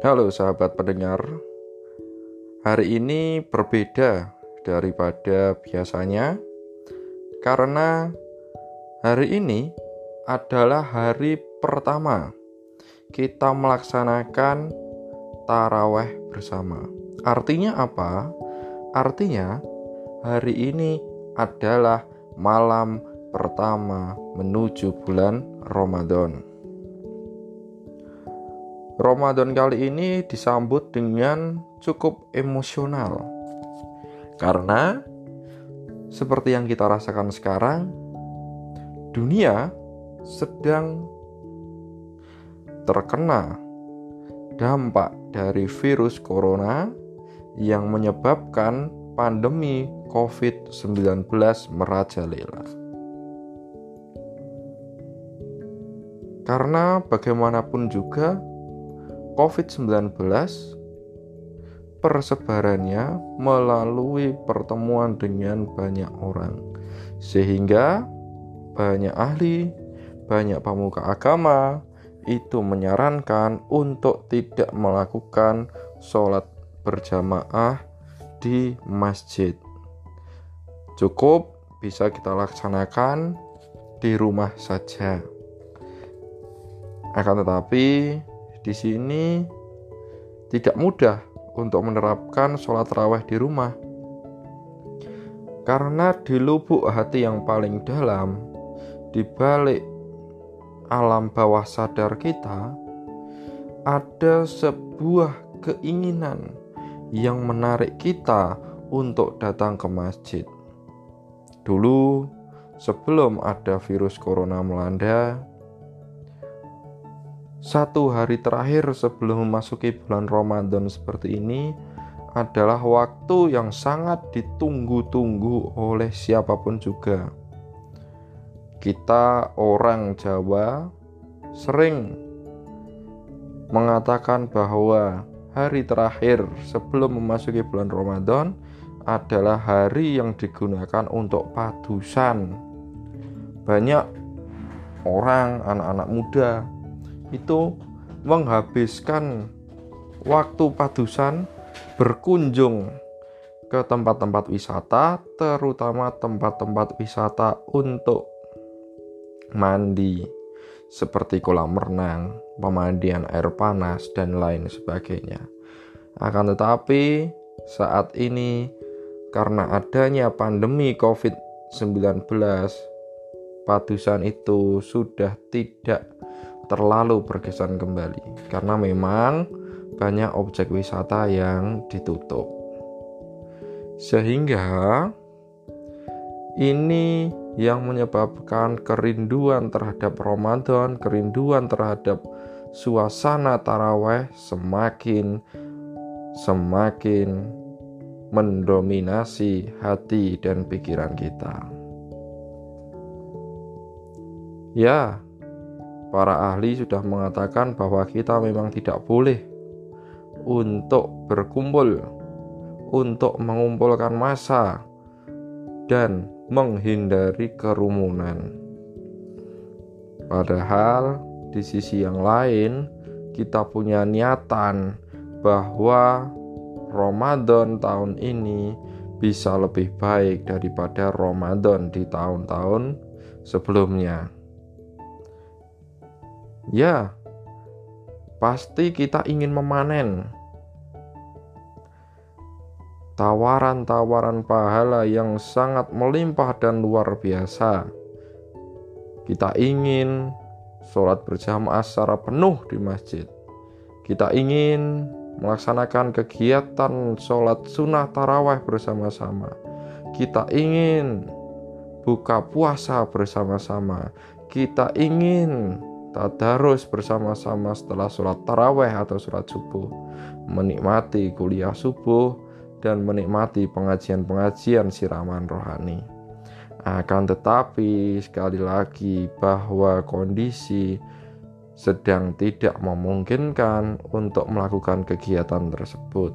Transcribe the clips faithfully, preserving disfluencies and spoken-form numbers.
Halo sahabat pendengar, hari ini berbeda daripada biasanya karena hari ini adalah hari pertama kita melaksanakan taraweh bersama. Artinya apa? Artinya hari ini adalah malam pertama menuju bulan Ramadan. Ramadan kali ini disambut dengan cukup emosional karena seperti yang kita rasakan sekarang, dunia sedang terkena dampak dari virus corona yang menyebabkan pandemi covid sembilan belas merajalela. Karena bagaimanapun juga covid sembilan belas persebarannya melalui pertemuan dengan banyak orang, sehingga banyak ahli, banyak pemuka agama itu menyarankan untuk tidak melakukan sholat berjamaah di masjid. Cukup bisa kita laksanakan di rumah saja. Akan tetapi di sini tidak mudah untuk menerapkan sholat tarawih di rumah, karena di lubuk hati yang paling dalam, di balik alam bawah sadar kita, ada sebuah keinginan yang menarik kita untuk datang ke masjid. Dulu, sebelum ada virus corona melanda, satu hari terakhir sebelum memasuki bulan Ramadan seperti ini adalah waktu yang sangat ditunggu-tunggu oleh siapapun juga. Kita orang Jawa sering mengatakan bahwa hari terakhir sebelum memasuki bulan Ramadan adalah hari yang digunakan untuk padusan. Banyak orang, anak-anak muda itu menghabiskan waktu padusan berkunjung ke tempat-tempat wisata, terutama tempat-tempat wisata untuk mandi seperti kolam renang, pemandian air panas, dan lain sebagainya. Akan tetapi saat ini karena adanya pandemi covid sembilan belas, padusan itu sudah tidak terlalu berkesan kembali karena memang banyak objek wisata yang ditutup, sehingga ini yang menyebabkan kerinduan terhadap Ramadan, kerinduan terhadap suasana taraweh semakin semakin mendominasi hati dan pikiran kita. Ya, para ahli sudah mengatakan bahwa kita memang tidak boleh untuk berkumpul, untuk mengumpulkan massa, dan menghindari kerumunan. Padahal di sisi yang lain, kita punya niatan bahwa Ramadan tahun ini bisa lebih baik daripada Ramadan di tahun-tahun sebelumnya. Ya, pasti kita ingin memanen tawaran-tawaran pahala yang sangat melimpah dan luar biasa. Kita ingin sholat berjamaah secara penuh di masjid. Kita ingin melaksanakan kegiatan sholat sunnah taraweh bersama-sama. Kita ingin buka puasa bersama-sama. Kita ingin tadarus bersama-sama setelah sholat taraweh atau sholat subuh, menikmati kuliah subuh dan menikmati pengajian-pengajian siraman rohani. Akan tetapi sekali lagi bahwa kondisi sedang tidak memungkinkan untuk melakukan kegiatan tersebut.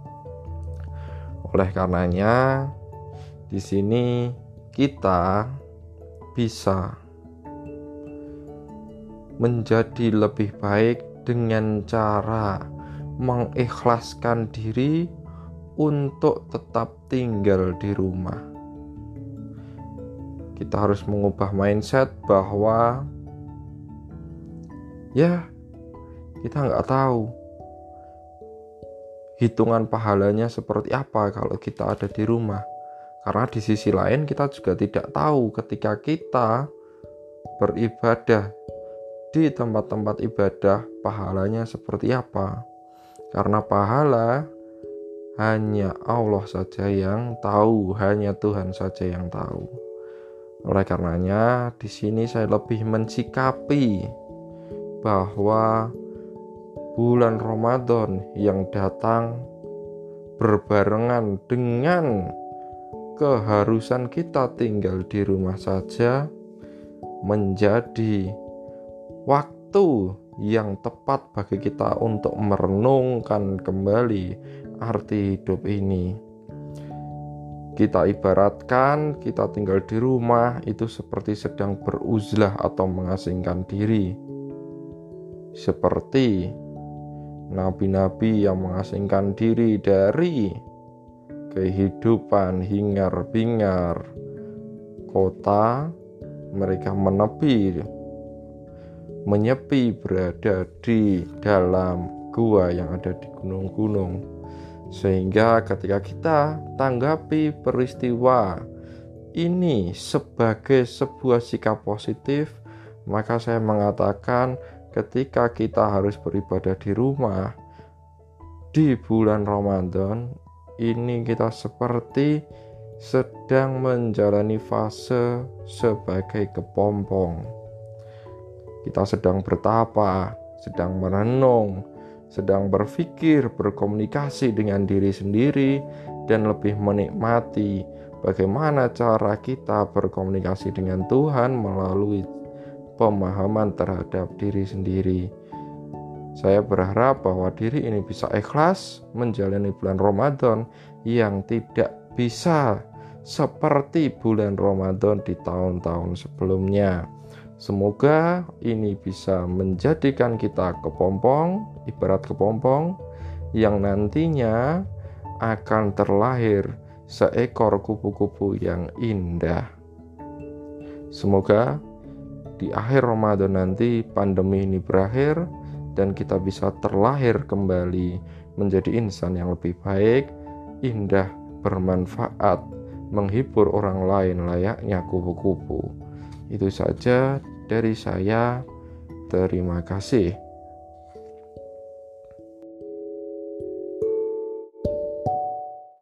Oleh karenanya, di sini kita bisa menjadi lebih baik dengan cara mengikhlaskan diri untuk tetap tinggal di rumah. Kita harus mengubah mindset bahwa ya kita nggak tahu hitungan pahalanya seperti apa kalau kita ada di rumah. Karena di sisi lain kita juga tidak tahu ketika kita beribadah di tempat-tempat ibadah pahalanya seperti apa. Karena pahala hanya Allah saja yang tahu, hanya Tuhan saja yang tahu. Oleh karenanya di sini saya lebih mensikapi bahwa bulan Ramadan yang datang berbarengan dengan keharusan kita tinggal di rumah saja menjadi waktu yang tepat bagi kita untuk merenungkan kembali arti hidup ini. Kita ibaratkan kita tinggal di rumah itu seperti sedang beruzlah atau mengasingkan diri. Seperti nabi-nabi yang mengasingkan diri dari kehidupan hingar-bingar kota, mereka menepi, menyepi berada di dalam gua yang ada di gunung-gunung. Sehingga ketika kita tanggapi peristiwa ini sebagai sebuah sikap positif, maka saya mengatakan ketika kita harus beribadah di rumah di bulan Ramadan, ini kita seperti sedang menjalani fase sebagai kepompong. Kita sedang bertapa, sedang merenung, sedang berpikir, berkomunikasi dengan diri sendiri, dan lebih menikmati bagaimana cara kita berkomunikasi dengan Tuhan melalui pemahaman terhadap diri sendiri. Saya berharap bahwa diri ini bisa ikhlas menjalani bulan Ramadan yang tidak bisa seperti bulan Ramadan di tahun-tahun sebelumnya. Semoga ini bisa menjadikan kita kepompong, ibarat kepompong, yang nantinya akan terlahir seekor kupu-kupu yang indah. Semoga di akhir Ramadan nanti pandemi ini berakhir dan kita bisa terlahir kembali menjadi insan yang lebih baik, indah, bermanfaat, menghibur orang lain layaknya kupu-kupu. Itu saja dari saya. Terima kasih.